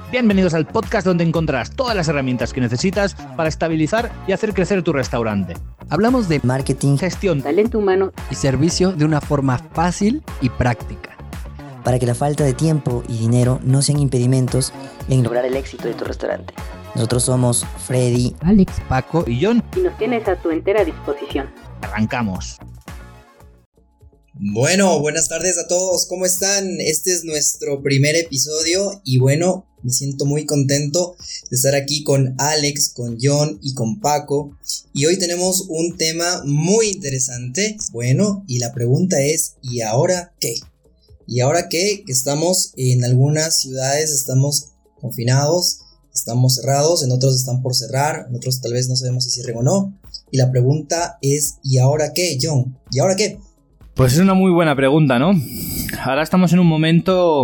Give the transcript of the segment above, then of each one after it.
Bienvenidos al podcast donde encontrarás todas las herramientas que necesitas para estabilizar y hacer crecer tu restaurante. Hablamos de marketing, Gestión, talento humano y servicio de una forma fácil y práctica. Para que la falta de tiempo y dinero no sean impedimentos en lograr el éxito de tu restaurante. Nosotros somos Freddy, Alex, Paco y John. y nos tienes a tu entera disposición. Arrancamos. Bueno, buenas tardes a todos, ¿cómo están? Este es nuestro primer episodio y bueno, me siento muy contento de estar aquí con Alex, con John y con Paco. Y hoy tenemos un tema muy interesante. Bueno, y la pregunta es, ¿y ahora qué? ¿Y ahora qué? Que estamos en algunas ciudades, estamos confinados, estamos cerrados, en otros están por cerrar, en otros tal vez no sabemos si cierren o no. Y la pregunta es, ¿y ahora qué, John? ¿Y ahora qué? Pues es una muy buena pregunta, ¿no? Ahora estamos en un momento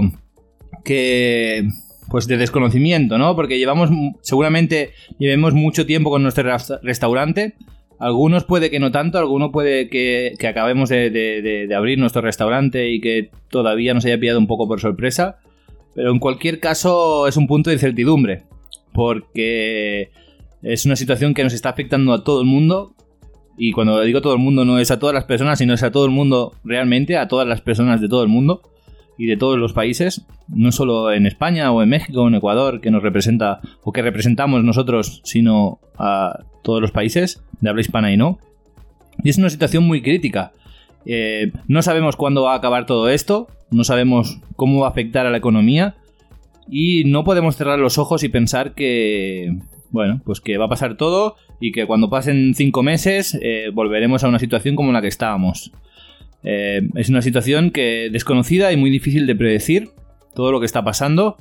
que, pues de desconocimiento, ¿no? Porque seguramente llevemos mucho tiempo con nuestro restaurante. Algunos puede que no tanto, algunos puede que acabemos de abrir nuestro restaurante y que todavía nos haya pillado un poco por sorpresa. Pero en cualquier caso es un punto de incertidumbre, porque es una situación que nos está afectando a todo el mundo. Y cuando digo todo el mundo no es a todas las personas, sino es a todo el mundo realmente, a todas las personas de todo el mundo y de todos los países, no solo en España o en México o en Ecuador, que nos representa o que representamos nosotros, sino a todos los países de habla hispana y no. Y es una situación muy crítica. No sabemos cuándo va a acabar todo esto, no sabemos cómo va a afectar a la economía y no podemos cerrar los ojos y pensar que, bueno, pues que va a pasar todo y que cuando pasen 5 meses volveremos a una situación como la que estábamos. Es una situación desconocida y muy difícil de predecir todo lo que está pasando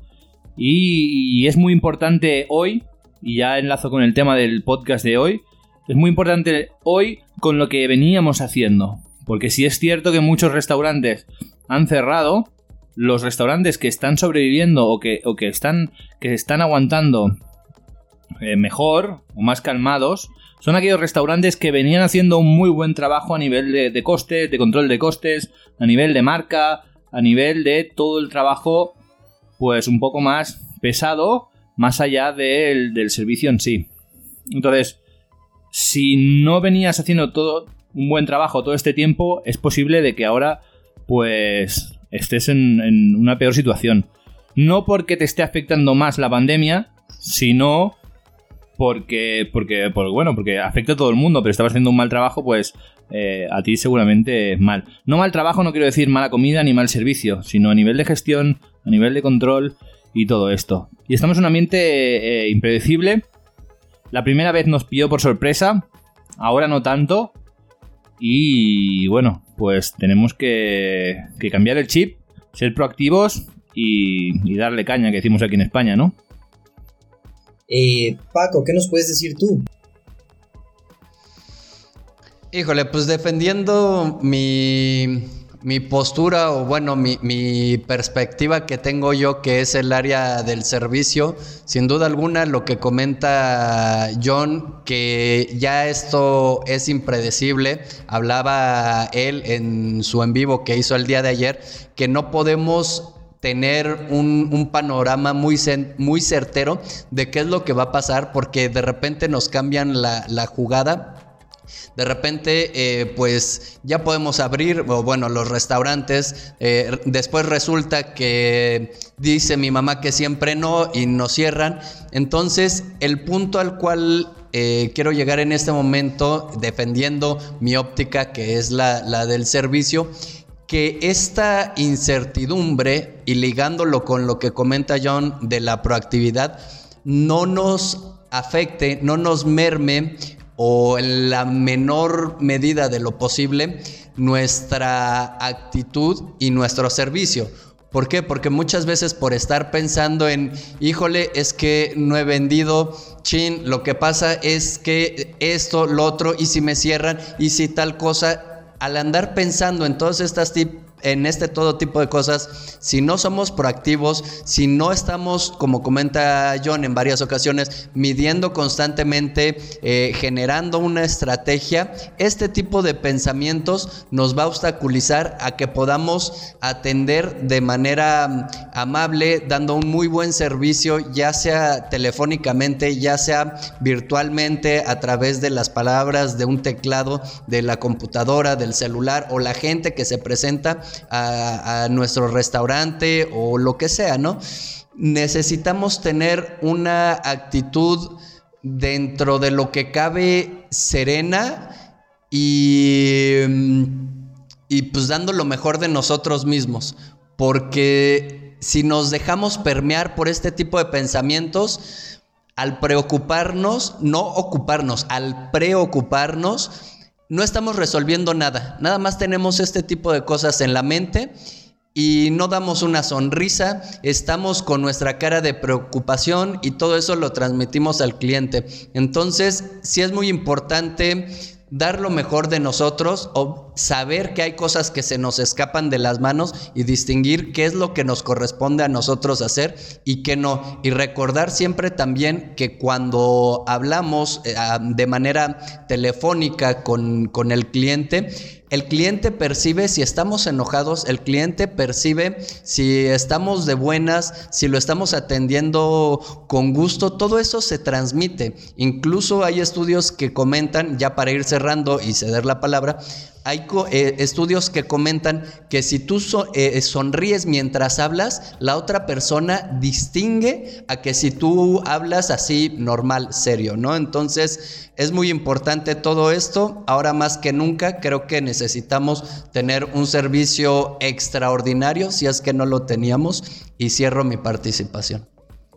y es muy importante hoy, y ya enlazo con el tema del podcast de hoy, es muy importante hoy con lo que veníamos haciendo, porque si es cierto que muchos restaurantes han cerrado, los restaurantes que están sobreviviendo o que están aguantando mejor o más calmados son aquellos restaurantes que venían haciendo un muy buen trabajo a nivel de costes, de control de costes, a nivel de marca, a nivel de todo el trabajo pues un poco más pesado, más allá del servicio en sí. Entonces, si no venías haciendo todo un buen trabajo todo este tiempo, es posible de que ahora pues estés en una peor situación. No porque te esté afectando más la pandemia, sino porque afecta a todo el mundo, pero estabas haciendo un mal trabajo, pues a ti seguramente mal. No mal trabajo, no quiero decir mala comida ni mal servicio, sino a nivel de gestión, a nivel de control y todo esto. Y estamos en un ambiente impredecible. La primera vez nos pilló por sorpresa, ahora no tanto. Y bueno, pues tenemos que cambiar el chip, ser proactivos y darle caña, que decimos aquí en España, ¿no? Paco, ¿qué nos puedes decir tú? Híjole, pues defendiendo mi postura o bueno, mi perspectiva que tengo yo, que es el área del servicio, sin duda alguna lo que comenta John, que ya esto es impredecible. Hablaba él en su en vivo que hizo el día de ayer, que no podemos tener un panorama muy certero de qué es lo que va a pasar, porque de repente nos cambian la jugada. De repente, pues ya podemos abrir, o bueno, los restaurantes. Después resulta que dice mi mamá que siempre no y nos cierran. Entonces, el punto al cual quiero llegar en este momento, defendiendo mi óptica, que es la del servicio, que esta incertidumbre, y ligándolo con lo que comenta John de la proactividad, no nos afecte, no nos merme, o en la menor medida de lo posible, nuestra actitud y nuestro servicio. ¿Por qué? Porque muchas veces por estar pensando en, híjole, es que no he vendido, lo que pasa es que esto, lo otro, y si me cierran, y si tal cosa, al andar pensando en todas estas en todo tipo de cosas, si no somos proactivos, si no estamos, como comenta John en varias ocasiones, midiendo constantemente, generando una estrategia, este tipo de pensamientos nos va a obstaculizar a que podamos atender de manera amable, dando un muy buen servicio, ya sea telefónicamente, ya sea virtualmente, a través de las palabras, de un teclado, de la computadora, del celular, o la gente que se presenta a nuestro restaurante o lo que sea, ¿no? Necesitamos tener una actitud dentro de lo que cabe serena y pues dando lo mejor de nosotros mismos, porque si nos dejamos permear por este tipo de pensamientos, al preocuparnos, no ocuparnos, al preocuparnos, no estamos resolviendo nada más tenemos este tipo de cosas en la mente y no damos una sonrisa, estamos con nuestra cara de preocupación y todo eso lo transmitimos al cliente. Entonces, sí es muy importante dar lo mejor de nosotros, o saber que hay cosas que se nos escapan de las manos y distinguir qué es lo que nos corresponde a nosotros hacer y qué no. Y recordar siempre también que cuando hablamos de manera telefónica con el cliente percibe si estamos enojados, el cliente percibe si estamos de buenas, si lo estamos atendiendo con gusto, todo eso se transmite. Incluso hay estudios que comentan, ya para ir cerrando y ceder la palabra, hay estudios que comentan que si tú sonríes mientras hablas, la otra persona distingue a que si tú hablas así normal, serio, ¿no? Entonces es muy importante todo esto. Ahora más que nunca creo que necesitamos tener un servicio extraordinario, si es que no lo teníamos, y cierro mi participación.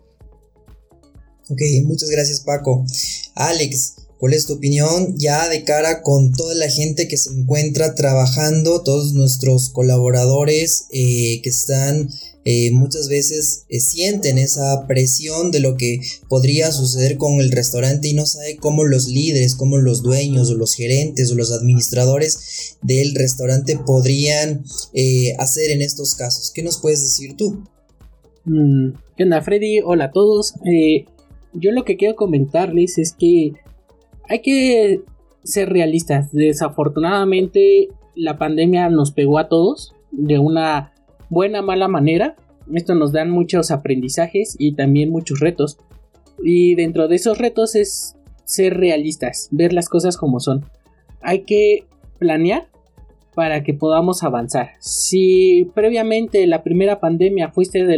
Ok, muchas gracias, Paco. Alex, ¿cuál es tu opinión ya de cara con toda la gente que se encuentra trabajando, todos nuestros colaboradores que están muchas veces sienten esa presión de lo que podría suceder con el restaurante y no sabe cómo los líderes, cómo los dueños o los gerentes o los administradores del restaurante podrían hacer en estos casos? ¿Qué nos puedes decir tú? ¿Qué onda, Freddy? Hola a todos. Yo lo que quiero comentarles es que hay que ser realistas. Desafortunadamente la pandemia nos pegó a todos de una buena, mala manera. Esto nos da muchos aprendizajes y también muchos retos. Y dentro de esos retos es ser realistas, ver las cosas como son. Hay que planear para que podamos avanzar. Si previamente la primera pandemia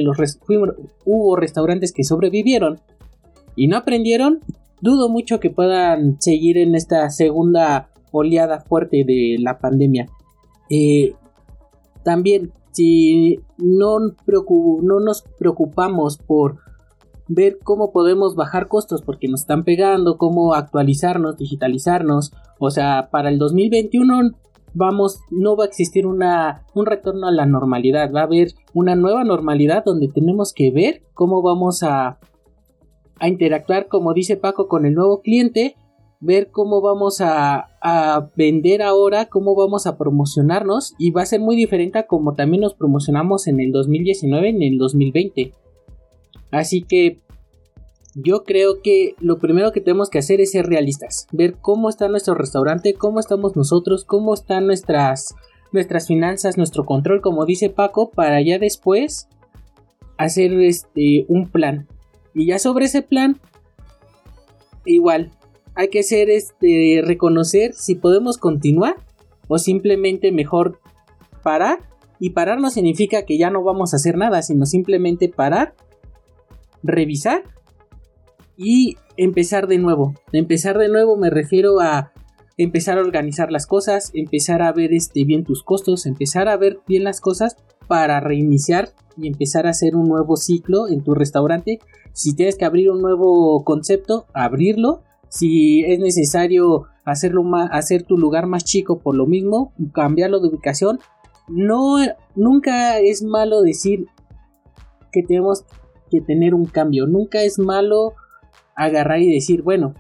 hubo restaurantes que sobrevivieron y no aprendieron, dudo mucho que puedan seguir en esta segunda oleada fuerte de la pandemia. También, si no nos preocupamos por ver cómo podemos bajar costos porque nos están pegando, cómo actualizarnos, digitalizarnos, o sea, para el 2021 no va a existir un retorno a la normalidad, va a haber una nueva normalidad donde tenemos que ver cómo vamos a interactuar, como dice Paco, con el nuevo cliente, ver cómo vamos a vender ahora, cómo vamos a promocionarnos, y va a ser muy diferente a como también nos promocionamos en el 2019 y en el 2020. Así que yo creo que lo primero que tenemos que hacer es ser realistas, ver cómo está nuestro restaurante, cómo estamos nosotros, cómo están nuestras finanzas, nuestro control, como dice Paco, para ya después hacer un plan. Y ya sobre ese plan, igual, hay que reconocer si podemos continuar o simplemente mejor parar. Y parar no significa que ya no vamos a hacer nada, sino simplemente parar, revisar y empezar de nuevo. Empezar de nuevo me refiero a empezar a organizar las cosas, empezar a ver bien tus costos, empezar a ver bien las cosas para reiniciar y empezar a hacer un nuevo ciclo en tu restaurante. Si tienes que abrir un nuevo concepto, abrirlo. Si es necesario hacer tu lugar más chico por lo mismo, cambiarlo de ubicación. Nunca es malo decir que tenemos que tener un cambio. Nunca es malo agarrar y decir, bueno,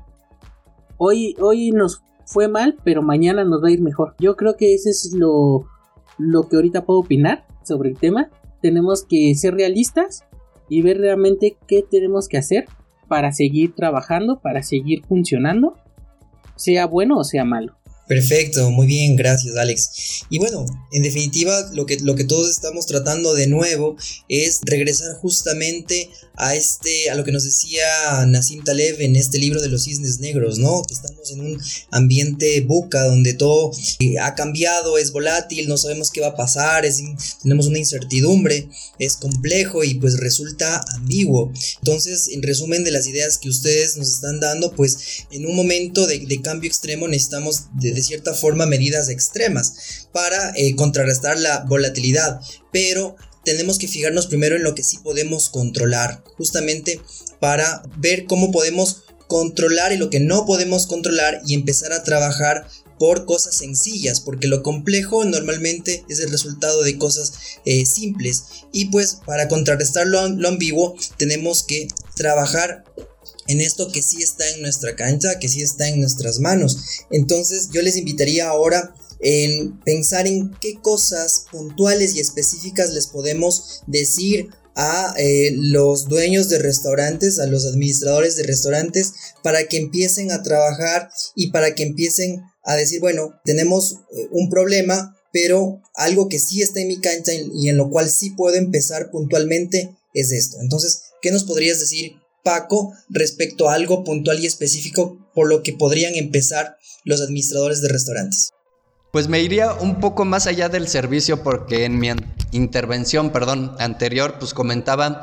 hoy nos fue mal, pero mañana nos va a ir mejor. Yo creo que ese es lo lo que ahorita puedo opinar sobre el tema. Tenemos que ser realistas y ver realmente qué tenemos que hacer para seguir trabajando, para seguir funcionando, sea bueno o sea malo. Perfecto, muy bien, gracias Alex. Y bueno, en definitiva lo que todos estamos tratando de nuevo es regresar justamente a lo que nos decía Nassim Taleb en este libro de los cisnes negros, ¿no? Que estamos en un ambiente VUCA donde todo ha cambiado, es volátil, no sabemos qué va a pasar, tenemos una incertidumbre, es complejo y pues resulta ambiguo. Entonces, en resumen de las ideas que ustedes nos están dando, pues en un momento de cambio extremo necesitamos de cierta forma medidas extremas para contrarrestar la volatilidad, pero tenemos que fijarnos primero en lo que sí podemos controlar, justamente para ver cómo podemos controlar y lo que no podemos controlar y empezar a trabajar por cosas sencillas, porque lo complejo normalmente es el resultado de cosas simples, y pues para contrarrestar lo ambiguo tenemos que trabajar en esto que sí está en nuestra cancha, que sí está en nuestras manos. Entonces yo les invitaría ahora en pensar en qué cosas puntuales y específicas les podemos decir a los dueños de restaurantes, a los administradores de restaurantes, para que empiecen a trabajar y para que empiecen a decir, bueno, tenemos un problema, pero algo que sí está en mi cancha y en lo cual sí puedo empezar puntualmente es esto. Entonces, ¿qué nos podrías decir, Paco, respecto a algo puntual y específico por lo que podrían empezar los administradores de restaurantes? Pues me iría un poco más allá del servicio, porque en mi intervención, anterior, pues comentaba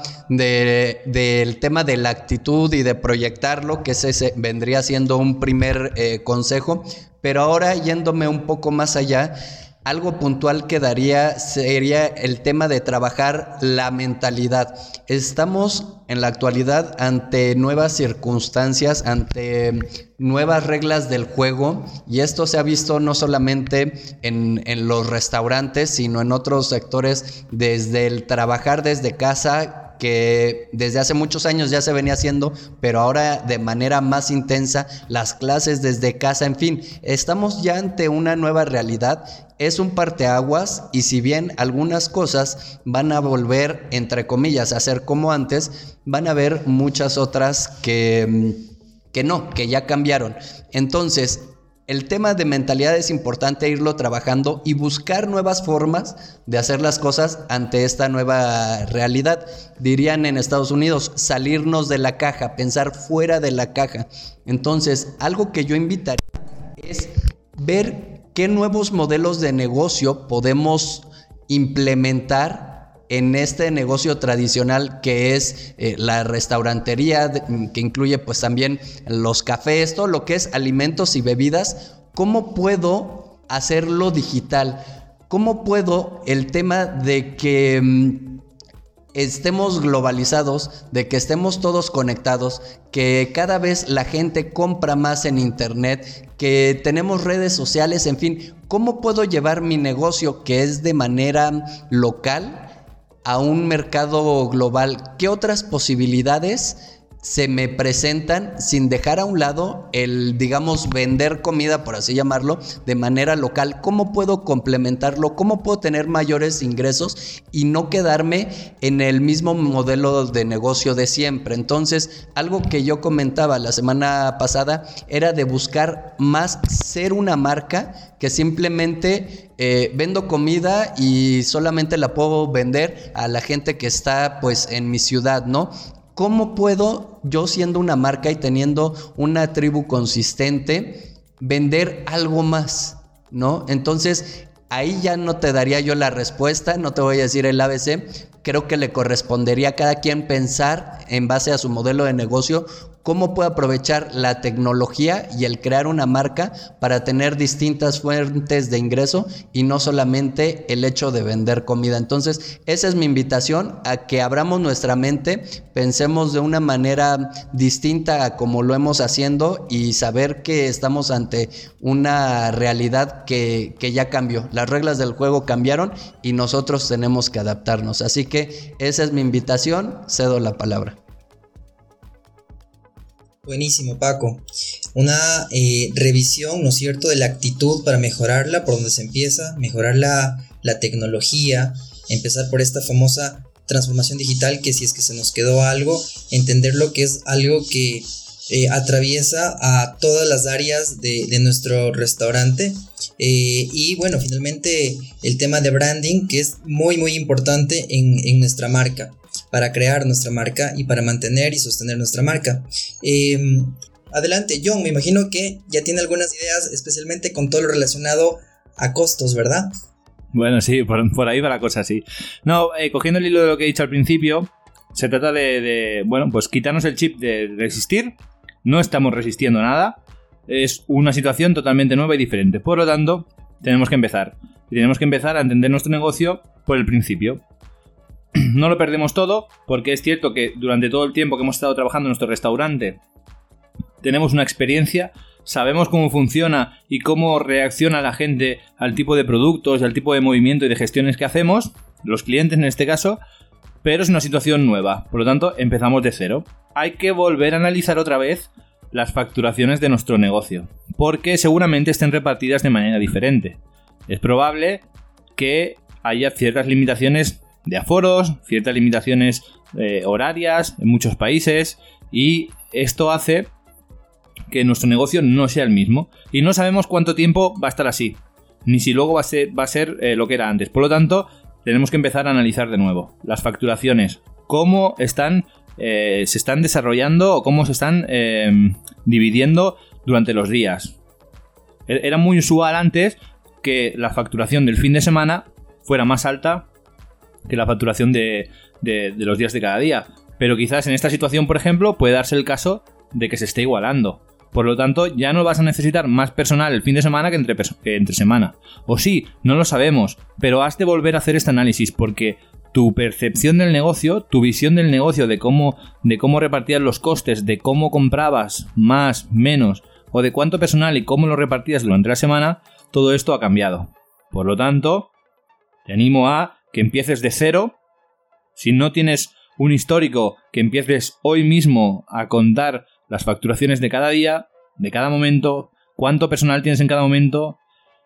del tema de la actitud y de proyectarlo, que ese vendría siendo un primer consejo, pero ahora yéndome un poco más allá, algo puntual que daría sería el tema de trabajar la mentalidad. Estamos en la actualidad ante nuevas circunstancias, ante nuevas reglas del juego, y esto se ha visto no solamente en los restaurantes, sino en otros sectores, desde el trabajar desde casa, que desde hace muchos años ya se venía haciendo, pero ahora de manera más intensa, las clases desde casa, en fin, estamos ya ante una nueva realidad. Es un parteaguas, y si bien algunas cosas van a volver, entre comillas, a ser como antes, van a haber muchas otras que ya cambiaron. Entonces, el tema de mentalidad es importante irlo trabajando y buscar nuevas formas de hacer las cosas ante esta nueva realidad. Dirían en Estados Unidos, salirnos de la caja, pensar fuera de la caja. Entonces, algo que yo invitaría es ver qué nuevos modelos de negocio podemos implementar en este negocio tradicional que es la restaurantería, que incluye pues también los cafés, todo lo que es alimentos y bebidas. ¿Cómo puedo hacerlo digital? ¿Cómo puedo el tema de que estemos globalizados, de que estemos todos conectados, que cada vez la gente compra más en internet, que tenemos redes sociales, en fin, ¿cómo puedo llevar mi negocio, que es de manera local, a un mercado global? ¿Qué otras posibilidades se me presentan sin dejar a un lado el, digamos, vender comida, por así llamarlo, de manera local? ¿Cómo puedo complementarlo? ¿Cómo puedo tener mayores ingresos y no quedarme en el mismo modelo de negocio de siempre? Entonces, algo que yo comentaba la semana pasada era de buscar más ser una marca que simplemente vendo comida y solamente la puedo vender a la gente que está pues en mi ciudad, ¿no? ¿Cómo puedo yo, siendo una marca y teniendo una tribu consistente, vender algo más, ¿no? Entonces, ahí ya no te daría yo la respuesta, no te voy a decir el ABC. Creo que le correspondería a cada quien pensar en base a su modelo de negocio cómo puede aprovechar la tecnología y el crear una marca para tener distintas fuentes de ingreso y no solamente el hecho de vender comida. Entonces, esa es mi invitación, a que abramos nuestra mente, pensemos de una manera distinta a como lo hemos haciendo y saber que estamos ante una realidad que ya cambió. Las reglas del juego cambiaron y nosotros tenemos que adaptarnos. Así que esa es mi invitación, cedo la palabra. Buenísimo, Paco. Una revisión, ¿no es cierto?, de la actitud para mejorarla, por donde se empieza, mejorar la la tecnología, empezar por esta famosa transformación digital, que si es que se nos quedó algo, entender lo que es algo que atraviesa a todas las áreas de nuestro restaurante. Y bueno, finalmente el tema de branding, que es muy muy importante en nuestra marca, para crear nuestra marca y para mantener y sostener nuestra marca. Adelante, John, me imagino que ya tiene algunas ideas, especialmente con todo lo relacionado a costos, ¿verdad? Bueno, sí, por ahí va la cosa, sí. No, cogiendo el hilo de lo que he dicho al principio, se trata de bueno, pues quitarnos el chip de resistir. No estamos resistiendo nada. Es una situación totalmente nueva y diferente. Por lo tanto, tenemos que empezar. Y tenemos que empezar a entender nuestro negocio por el principio. No lo perdemos todo, porque es cierto que durante todo el tiempo que hemos estado trabajando en nuestro restaurante, tenemos una experiencia, sabemos cómo funciona y cómo reacciona la gente al tipo de productos, al tipo de movimiento y de gestiones que hacemos, los clientes en este caso, pero es una situación nueva. Por lo tanto, empezamos de cero. Hay que volver a analizar otra vez las facturaciones de nuestro negocio, porque seguramente estén repartidas de manera diferente. Es probable que haya ciertas limitaciones de aforos, ciertas limitaciones horarias en muchos países, y esto hace que nuestro negocio no sea el mismo, y no sabemos cuánto tiempo va a estar así, ni si luego va a ser lo que era antes. Por lo tanto, tenemos que empezar a analizar de nuevo las facturaciones, cómo se están desarrollando o cómo se están dividiendo durante los días. Era muy usual antes que la facturación del fin de semana fuera más alta que la facturación de los días de cada día, pero quizás en esta situación, por ejemplo, puede darse el caso de que se esté igualando. Por lo tanto, ya no vas a necesitar más personal el fin de semana que entre semana. O sí, no lo sabemos, pero has de volver a hacer este análisis, porque tu percepción del negocio, tu visión del negocio, de cómo repartías los costes, de cómo comprabas más, menos, o de cuánto personal y cómo lo repartías durante la semana, todo esto ha cambiado. Por lo tanto, te animo a que empieces de cero. Si no tienes un histórico, que empieces hoy mismo a contar las facturaciones de cada día, de cada momento, cuánto personal tienes en cada momento,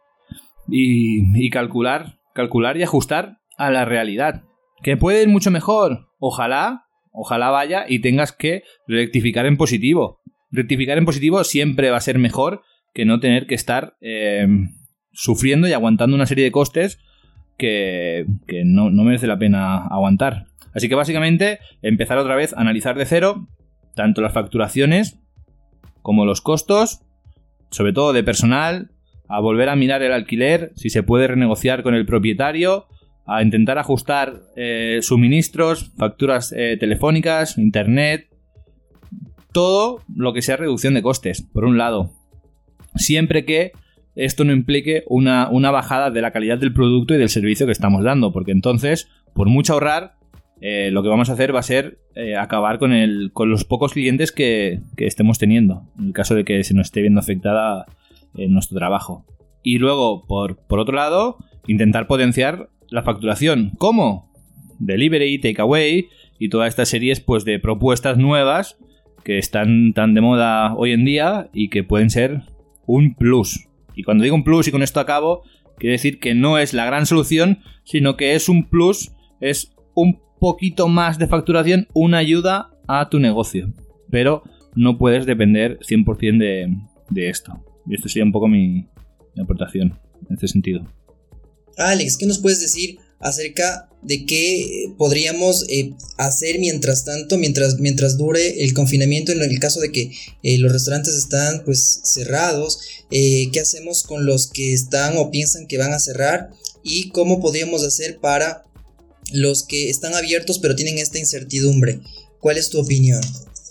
y calcular y ajustar a la realidad. ¿Que puede ir mucho mejor? Ojalá vaya y tengas que rectificar en positivo. Rectificar en positivo siempre va a ser mejor que no tener que estar sufriendo y aguantando una serie de costes que no merece la pena aguantar. Así que básicamente empezar otra vez a analizar de cero tanto las facturaciones como los costos, sobre todo de personal, a volver a mirar el alquiler, si se puede renegociar con el propietario, a intentar ajustar suministros, facturas telefónicas, internet, todo lo que sea reducción de costes, por un lado. Siempre que esto no implique una bajada de la calidad del producto y del servicio que estamos dando, porque entonces, por mucho ahorrar, lo que vamos a hacer va a ser acabar con los pocos clientes que estemos teniendo, en el caso de que se nos esté viendo afectada nuestro trabajo. Y luego, por otro lado, intentar potenciar la facturación. ¿Cómo? Delivery, takeaway y todas estas series pues, de propuestas nuevas que están tan de moda hoy en día y que pueden ser un plus. Y cuando digo un plus, y con esto acabo, quiere decir que no es la gran solución, sino que es un plus, es un poquito más de facturación, una ayuda a tu negocio. Pero no puedes depender 100% de esto. Y esto sería un poco mi aportación en este sentido. Alex, ¿qué nos puedes decir acerca de qué podríamos hacer mientras tanto, mientras dure el confinamiento, en el caso de que los restaurantes están pues cerrados? ¿Qué hacemos con los que están o piensan que van a cerrar? ¿Y cómo podríamos hacer para los que están abiertos pero tienen esta incertidumbre? ¿Cuál es tu opinión?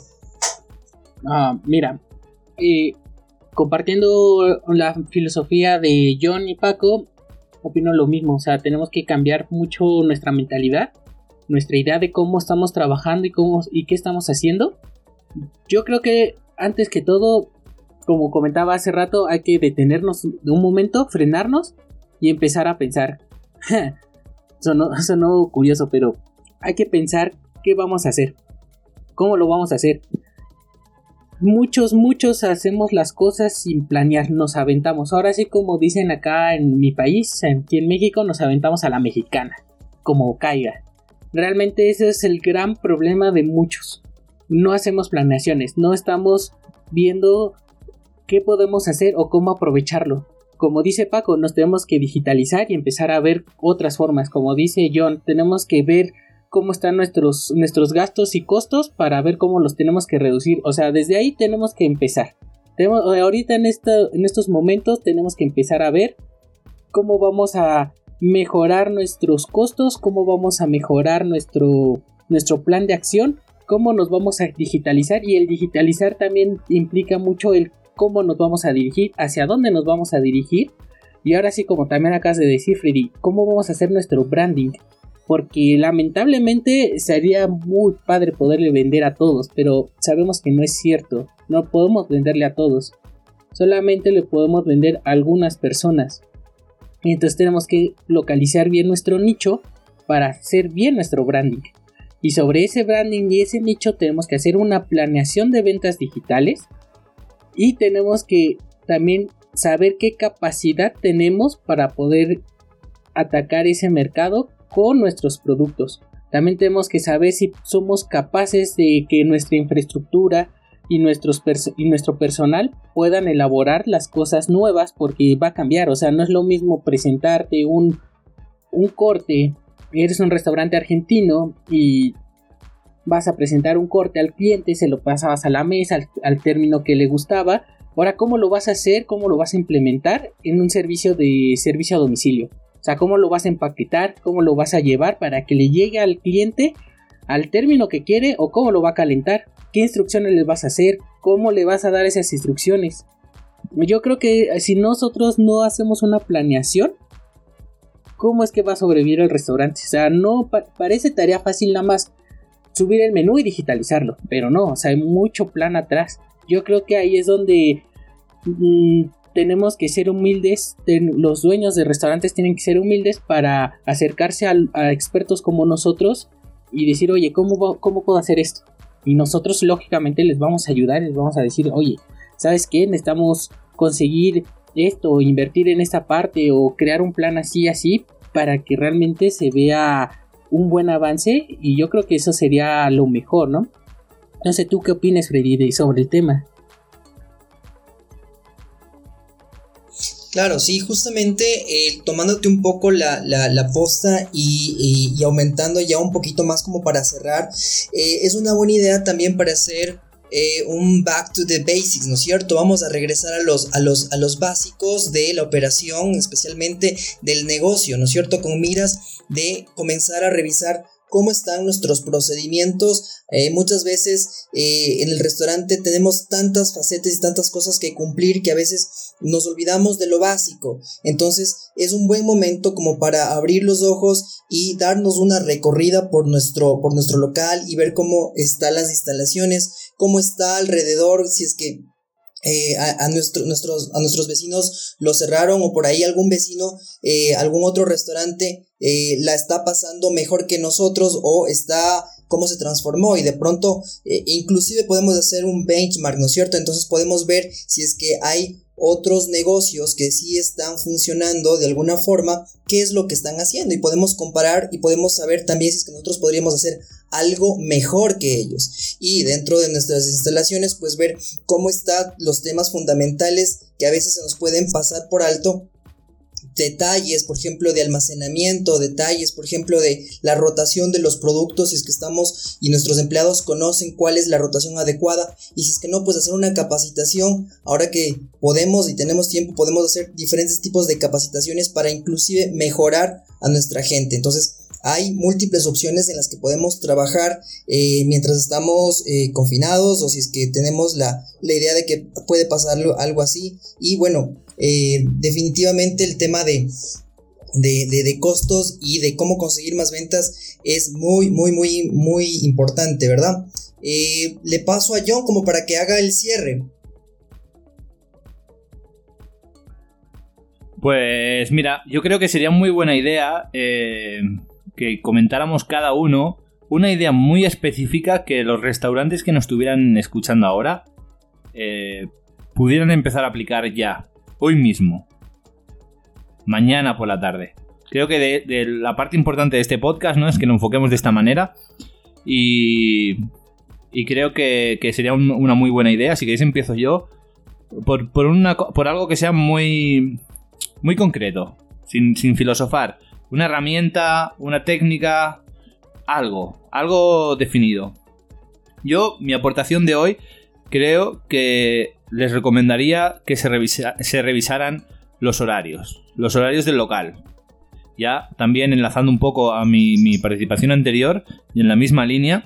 Mira, compartiendo la filosofía de John y Paco, opino lo mismo. O sea, tenemos que cambiar mucho nuestra mentalidad, nuestra idea de cómo estamos trabajando y qué estamos haciendo. Yo creo que antes que todo, como comentaba hace rato, hay que detenernos de un momento, frenarnos y empezar a pensar. Sonó curioso, pero hay que pensar qué vamos a hacer, cómo lo vamos a hacer. muchos hacemos las cosas sin planear, nos aventamos. Ahora sí, como dicen acá en mi país, aquí en México, nos aventamos a la mexicana, como caiga. Realmente ese es el gran problema de muchos. No hacemos planeaciones, no estamos viendo qué podemos hacer o cómo aprovecharlo. Como dice Paco, nos tenemos que digitalizar y empezar a ver otras formas. Como dice John, tenemos que ver cómo están nuestros gastos y costos para ver cómo los tenemos que reducir. O sea, desde ahí tenemos que empezar. Ahorita en estos momentos tenemos que empezar a ver cómo vamos a mejorar nuestros costos, cómo vamos a mejorar nuestro plan de acción, cómo nos vamos a digitalizar, y el digitalizar también implica mucho el cómo nos vamos a dirigir, hacia dónde nos vamos a dirigir, y ahora sí, como también acabas de decir, Freddy, cómo vamos a hacer nuestro branding, porque lamentablemente sería muy padre poderle vender a todos, pero sabemos que no es cierto, no podemos venderle a todos, solamente le podemos vender a algunas personas, y entonces tenemos que localizar bien nuestro nicho para hacer bien nuestro branding. Y sobre ese branding y ese nicho tenemos que hacer una planeación de ventas digitales. Y tenemos que también saber qué capacidad tenemos para poder atacar ese mercado con nuestros productos. También tenemos que saber si somos capaces de que nuestra infraestructura y nuestro personal puedan elaborar las cosas nuevas, porque va a cambiar. O sea, no es lo mismo presentarte un corte. Eres un restaurante argentino y vas a presentar un corte al cliente, se lo pasabas a la mesa al término que le gustaba. Ahora, ¿cómo lo vas a hacer? ¿Cómo lo vas a implementar en un servicio a domicilio? O sea, ¿cómo lo vas a empaquetar? ¿Cómo lo vas a llevar para que le llegue al cliente al término que quiere? ¿O cómo lo va a calentar? ¿Qué instrucciones le vas a hacer? ¿Cómo le vas a dar esas instrucciones? Yo creo que si nosotros no hacemos una planeación, ¿cómo es que va a sobrevivir el restaurante? O sea, no parece tarea fácil nada más subir el menú y digitalizarlo, pero no, o sea, hay mucho plan atrás. Yo creo que ahí es donde tenemos que ser humildes. Los dueños de restaurantes tienen que ser humildes para acercarse a expertos como nosotros y decir, oye, ¿cómo puedo hacer esto? Y nosotros lógicamente les vamos a ayudar, les vamos a decir, oye, ¿sabes qué? Necesitamos conseguir esto, o invertir en esta parte, o crear un plan así, para que realmente se vea un buen avance, y yo creo que eso sería lo mejor, ¿no? No sé, ¿tú qué opinas, Freddy, sobre el tema? Claro, sí, justamente tomándote un poco la posta y aumentando ya un poquito más como para cerrar, es una buena idea también para hacer un back to the basics, ¿no es cierto? Vamos a regresar a los básicos de la operación, especialmente del negocio, ¿no es cierto? Con miras de comenzar a revisar cómo están nuestros procedimientos. Muchas veces en el restaurante tenemos tantas facetas y tantas cosas que cumplir que a veces nos olvidamos de lo básico. Entonces es un buen momento como para abrir los ojos y darnos una recorrida por nuestro local y ver cómo están las instalaciones, cómo está alrededor, si es que a nuestros vecinos lo cerraron, o por ahí algún vecino, algún otro restaurante la está pasando mejor que nosotros, o está cómo se transformó, y de pronto inclusive podemos hacer un benchmark, ¿no es cierto? Entonces podemos ver si es que hay otros negocios que sí están funcionando de alguna forma, qué es lo que están haciendo, y podemos comparar y podemos saber también si es que nosotros podríamos hacer algo mejor que ellos. Y dentro de nuestras instalaciones, pues ver cómo están los temas fundamentales que a veces se nos pueden pasar por alto. Detalles, por ejemplo, de almacenamiento, detalles, por ejemplo, de la rotación de los productos, si es que estamos y nuestros empleados conocen cuál es la rotación adecuada, y si es que no, pues hacer una capacitación. Ahora que podemos y tenemos tiempo, podemos hacer diferentes tipos de capacitaciones para inclusive mejorar a nuestra gente. Entonces hay múltiples opciones en las que podemos trabajar mientras estamos confinados, o si es que tenemos la idea de que puede pasar algo así. Y bueno, definitivamente el tema de costos y de cómo conseguir más ventas es muy importante, ¿verdad? Le paso a John como para que haga el cierre. Pues mira, yo creo que sería muy buena idea que comentáramos cada uno una idea muy específica que los restaurantes que nos estuvieran escuchando ahora pudieran empezar a aplicar ya, hoy mismo, mañana por la tarde. Creo que de la parte importante de este podcast, ¿no?, es que lo enfoquemos de esta manera y creo que sería una muy buena idea. Si queréis empiezo yo por algo que sea muy, muy concreto, sin filosofar. Una herramienta, una técnica, algo definido. Mi aportación de hoy, creo que les recomendaría que se revisaran los horarios del local. Ya también enlazando un poco a mi participación anterior y en la misma línea,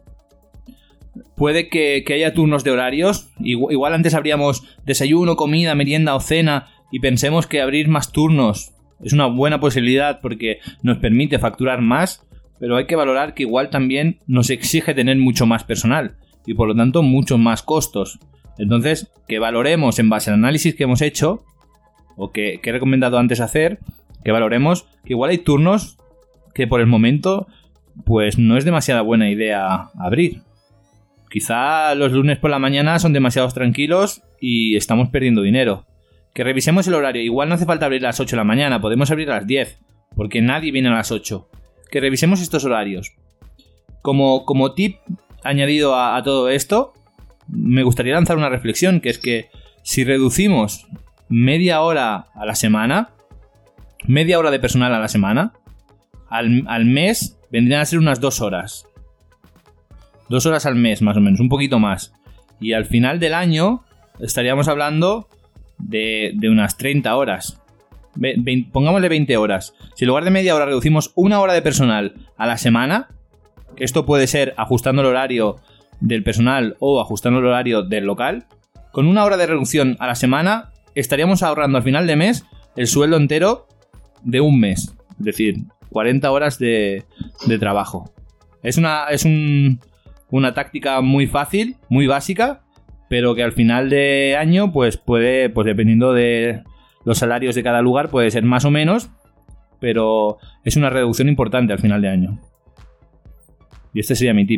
puede que haya turnos de horarios. Igual antes abríamos desayuno, comida, merienda o cena y pensemos que abrir más turnos es una buena posibilidad porque nos permite facturar más, pero hay que valorar que igual también nos exige tener mucho más personal y por lo tanto muchos más costos. Entonces, que valoremos en base al análisis que hemos hecho o que he recomendado antes hacer, que valoremos que igual hay turnos que por el momento pues no es demasiada buena idea abrir. Quizá los lunes por la mañana son demasiado tranquilos y estamos perdiendo dinero. Que revisemos el horario. Igual no hace falta abrir a las 8 de la mañana, podemos abrir a las 10, porque nadie viene a las 8. Que revisemos estos horarios. Como tip añadido a todo esto, me gustaría lanzar una reflexión, que es que si reducimos media hora a la semana, media hora de personal a la semana, al mes vendrían a ser unas 2 horas. 2 horas al mes, más o menos, un poquito más. Y al final del año estaríamos hablando de unas 30 horas. Pongámosle 20 horas. Si en lugar de media hora reducimos 1 hora de personal a la semana, que esto puede ser ajustando el horario del personal o ajustando el horario del local, con 1 hora de reducción a la semana estaríamos ahorrando al final de mes el sueldo entero de un mes. Es decir, 40 horas de trabajo. Es una táctica muy fácil, muy básica, pero que al final de año pues puede, pues dependiendo de los salarios de cada lugar, puede ser más o menos, pero es una reducción importante al final de año. Y este sería mi tip.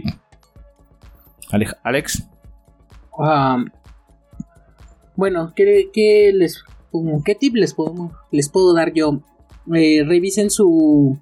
Alex. Bueno, ¿qué tip les puedo dar yo? Revisen su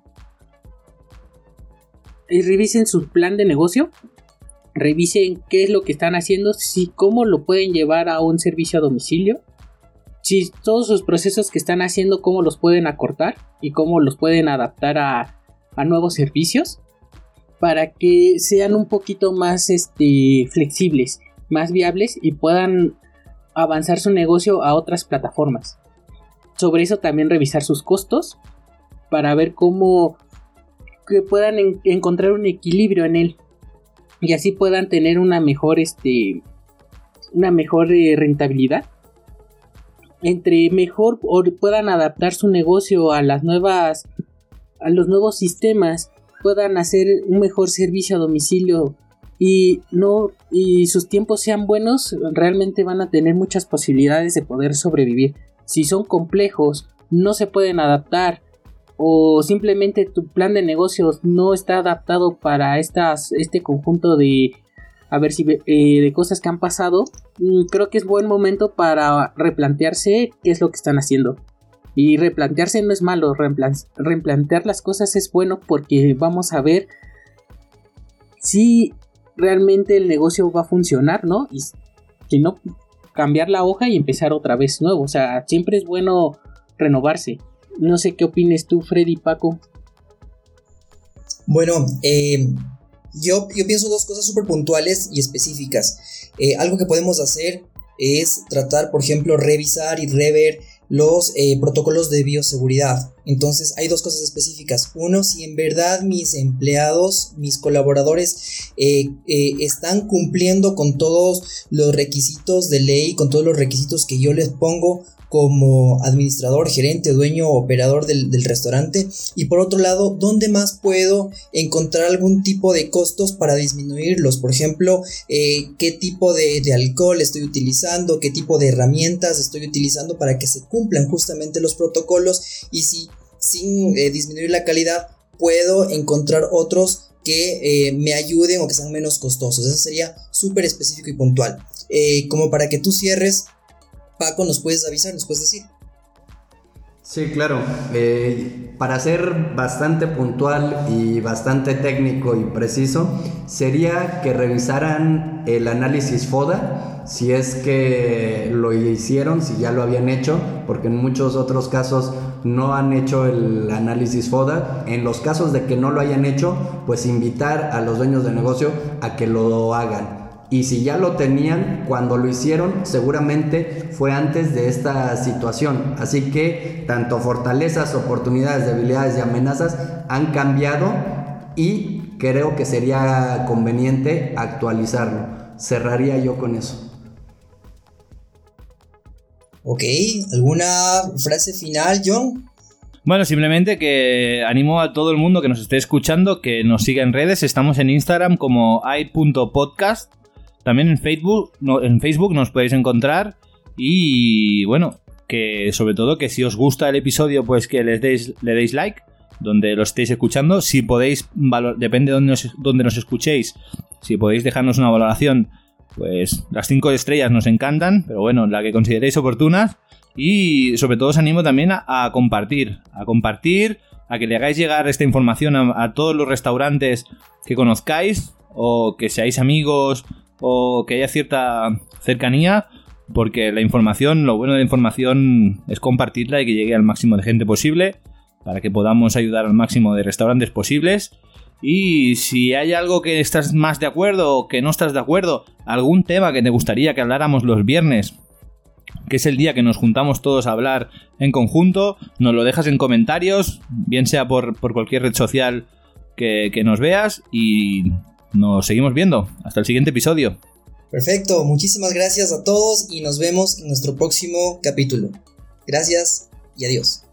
plan de negocio. Revisen qué es lo que están haciendo, si cómo lo pueden llevar a un servicio a domicilio, si todos sus procesos que están haciendo, cómo los pueden acortar y cómo los pueden adaptar a nuevos servicios para que sean un poquito más flexibles, más viables y puedan avanzar su negocio a otras plataformas. Sobre eso también revisar sus costos para ver cómo que puedan encontrar un equilibrio en él. Y así puedan tener una mejor rentabilidad. Entre mejor o puedan adaptar su negocio a los nuevos sistemas, puedan hacer un mejor servicio a domicilio y sus tiempos sean buenos, realmente van a tener muchas posibilidades de poder sobrevivir. Si son complejos, no se pueden adaptar, o simplemente tu plan de negocios no está adaptado para este conjunto de cosas que han pasado, creo que es buen momento para replantearse qué es lo que están haciendo. Y replantearse no es malo, replantear las cosas es bueno porque vamos a ver si realmente el negocio va a funcionar, ¿no? Y si no, cambiar la hoja y empezar otra vez nuevo. O sea, siempre es bueno renovarse. No sé qué opines tú, Freddy, Paco. Bueno, yo pienso dos cosas súper puntuales y específicas. Algo que podemos hacer es tratar, por ejemplo, revisar y rever los protocolos de bioseguridad. Entonces hay dos cosas específicas. Uno, si en verdad mis empleados, mis colaboradores están cumpliendo con todos los requisitos de ley, con todos los requisitos que yo les pongo como administrador, gerente, dueño, operador del restaurante. Y por otro lado, ¿dónde más puedo encontrar algún tipo de costos para disminuirlos? Por ejemplo, ¿qué tipo de alcohol estoy utilizando? ¿Qué tipo de herramientas estoy utilizando para que se cumplan justamente los protocolos? Y si sin disminuir la calidad puedo encontrar otros que me ayuden o que sean menos costosos. Eso sería súper específico y puntual. Como para que tú cierres, Paco, ¿nos puedes avisar? ¿Nos puedes decir? Sí, claro. Para ser bastante puntual y bastante técnico y preciso, sería que revisaran el análisis FODA, si es que lo hicieron, si ya lo habían hecho, porque en muchos otros casos no han hecho el análisis FODA. En los casos de que no lo hayan hecho, pues invitar a los dueños de negocio a que lo hagan. Y si ya lo tenían cuando lo hicieron, seguramente fue antes de esta situación. Así que tanto fortalezas, oportunidades, debilidades y amenazas han cambiado y creo que sería conveniente actualizarlo. Cerraría yo con eso. Ok, ¿alguna frase final, John? Bueno, simplemente que animo a todo el mundo que nos esté escuchando que nos siga en redes. Estamos en Instagram como i.podcast. También en Facebook nos podéis encontrar. Y bueno, que sobre todo que si os gusta el episodio, pues que le deis like donde lo estéis escuchando. Si podéis, depende de donde nos escuchéis, si podéis dejarnos una valoración, pues las 5 estrellas nos encantan, pero bueno, la que consideréis oportuna. Y sobre todo os animo también a compartir, a que le hagáis llegar esta información a todos los restaurantes que conozcáis o que seáis amigos o que haya cierta cercanía, porque la información, lo bueno de la información es compartirla y que llegue al máximo de gente posible para que podamos ayudar al máximo de restaurantes posibles. Y si hay algo que estás más de acuerdo o que no estás de acuerdo, algún tema que te gustaría que habláramos los viernes, que es el día que nos juntamos todos a hablar en conjunto, nos lo dejas en comentarios, bien sea por cualquier red social que nos veas, y nos seguimos viendo. Hasta el siguiente episodio. Perfecto, muchísimas gracias a todos y nos vemos en nuestro próximo capítulo. Gracias y adiós.